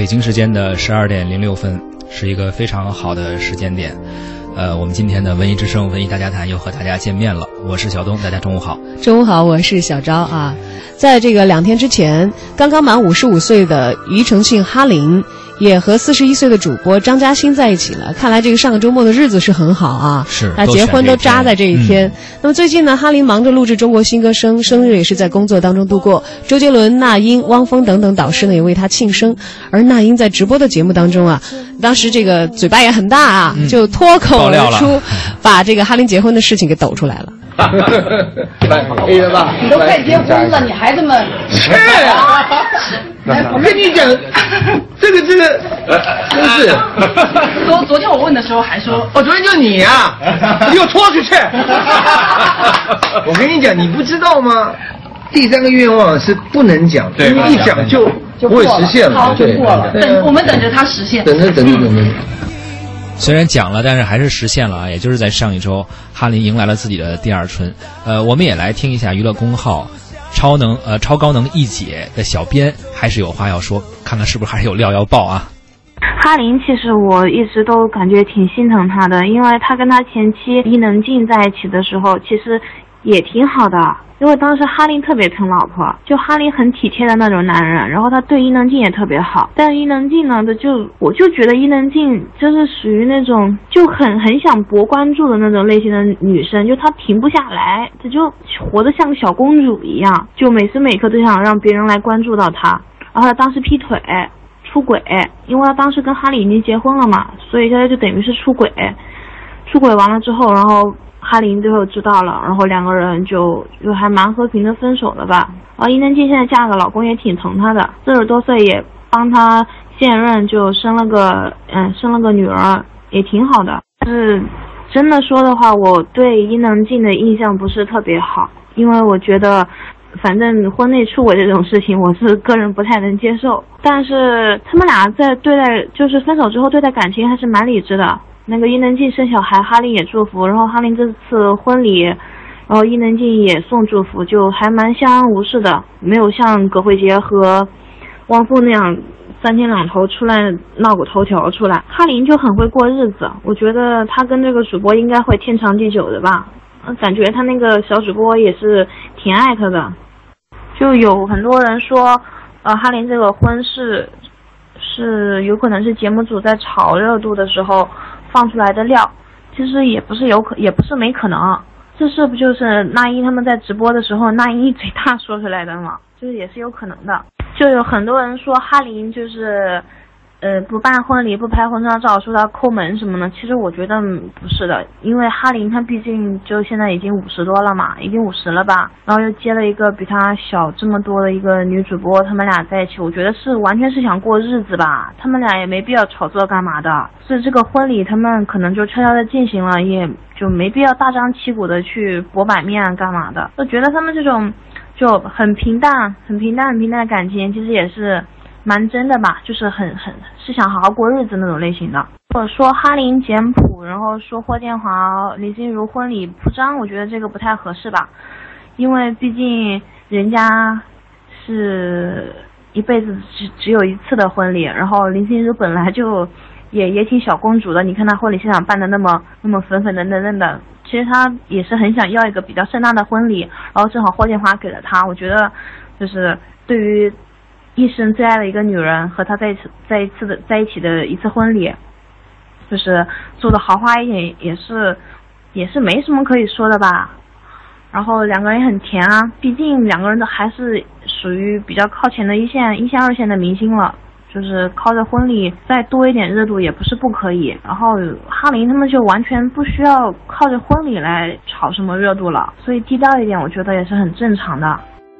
北京时间的12点06分，是一个非常好的时间点。我们今天的文艺之声文艺大家谈又和大家见面了，我是小东，大家中午好。 中午好，我是小昭啊。在这个2天之前，刚刚满55岁的庾澄庆哈林也和41岁的主播张嘉欣在一起了。看来这个上个周末的日子是很好啊， 是他结婚都扎在这一天。那么最近呢，哈林忙着录制中国新歌声，生日也是在工作当中度过。周杰伦、那英、汪峰等等导师呢也为他庆生。而那英在直播的节目当中啊，当时这个嘴巴也很大啊，就脱口而出，把这个哈林结婚的事情给抖出来了。 可以了吧？ 你都快结婚了，你还这么…… 是我跟你讲，这个真是。 昨天我问的时候还说， 昨天就你呀，又拖出去。我跟你讲，你不知道吗？第3个愿望是不能讲，因为一讲就不会实现了， 就过了。我们等着它实现。 等着。 虽然讲了，但是还是实现了啊！也就是在上一周，哈林迎来了自己的第2春。我们也来听一下娱乐公号超高能一姐的小编还是有话要说，看看是不是还是有料要爆啊。 哈林其实我一直都感觉挺心疼他的，因为他跟他前妻伊能静在一起的时候其实也挺好的，因为当时哈林特别疼老婆，就哈林很体贴的那种男人，然后他对伊能静也特别好。但是伊能静呢，我就觉得伊能静就是属于那种就很想博关注的那种类型的女生，就她停不下来，她就活得像个小公主一样，就每时每刻都想让别人来关注到她。然后她当时劈腿出轨，因为她当时跟哈林已经结婚了嘛，所以她就等于是出轨完了之后，然后哈林最后知道了，然后2个人就还蛮和平的分手了吧。然后伊能静现在嫁个老公也挺疼她的，40多岁也帮她现任就生了个女儿，也挺好的。但是真的说的话，我对伊能静的印象不是特别好，因为我觉得反正婚内出轨这种事情我是个人不太能接受。但是他们俩在对待就是分手之后对待感情还是蛮理智的。那个伊能静生小孩，哈林也祝福，然后哈林这次婚礼，然后伊能静也送祝福，就还蛮相安无事的，没有像葛慧杰和汪峰那样3天2头出来闹个头条出来。哈林就很会过日子，我觉得他跟这个主播应该会天长地久的吧。感觉他那个小主播也是挺爱他的。就有很多人说哈林这个婚事是有可能是节目组在炒热度的时候放出来的料，其实也不是没可能。这是不就是那英他们在直播的时候那英一嘴大说出来的吗？就是也是有可能的。就有很多人说哈林就是不办婚礼不拍婚纱照，说他抠门什么的，其实我觉得不是的，因为哈林他毕竟就现在已经50多了嘛，已经50了吧，然后又接了一个比他小这么多的一个女主播，他们俩在一起，我觉得是完全是想过日子吧，他们俩也没必要炒作干嘛的，所以这个婚礼他们可能就悄悄的进行了，也就没必要大张旗鼓的去博版面干嘛的。我觉得他们这种就很平淡的感情，其实也是蛮真的吧，就是很是想好好过日子那种类型的。或者说哈林简朴，然后说霍建华、林心如婚礼铺张，我觉得这个不太合适吧，因为毕竟人家是一辈子只有一次的婚礼，然后林心如本来就也挺小公主的，你看她婚礼现场办的那么粉粉嫩嫩的，其实她也是很想要一个比较盛大的婚礼，然后正好霍建华给了她，我觉得就是对于一生最爱的一个女人和她在一起的一次婚礼，就是做的豪华一点也是没什么可以说的吧。然后2个人也很甜啊，毕竟2个人都还是属于比较靠前的一线2线的明星了，就是靠着婚礼再多一点热度也不是不可以。然后哈林他们就完全不需要靠着婚礼来炒什么热度了，所以低调一点我觉得也是很正常的。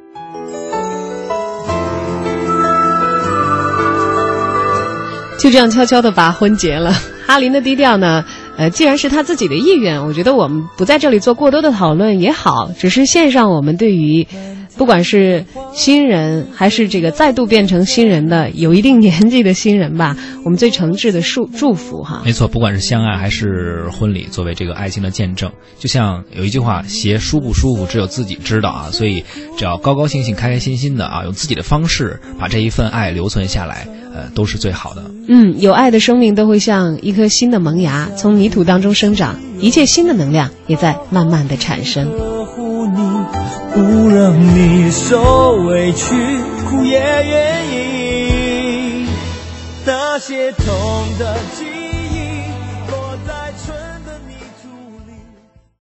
就这样悄悄地把婚结了。哈林的低调呢，既然是他自己的意愿，我觉得我们不在这里做过多的讨论也好，只是献上我们对于不管是新人还是这个再度变成新人的有一定年纪的新人吧，我们最诚挚的祝福哈。 没错，不管是相爱还是婚礼，作为这个爱情的见证，就像有一句话，鞋舒不舒服只有自己知道啊，所以只要高高兴兴开开心心的啊，用自己的方式把这一份爱留存下来，都是最好的。 有爱的生命都会像一颗新的萌芽，从泥土当中生长，一切新的能量也在慢慢的产生。 呵护你，不让你受委屈，苦也愿意。那些痛的记忆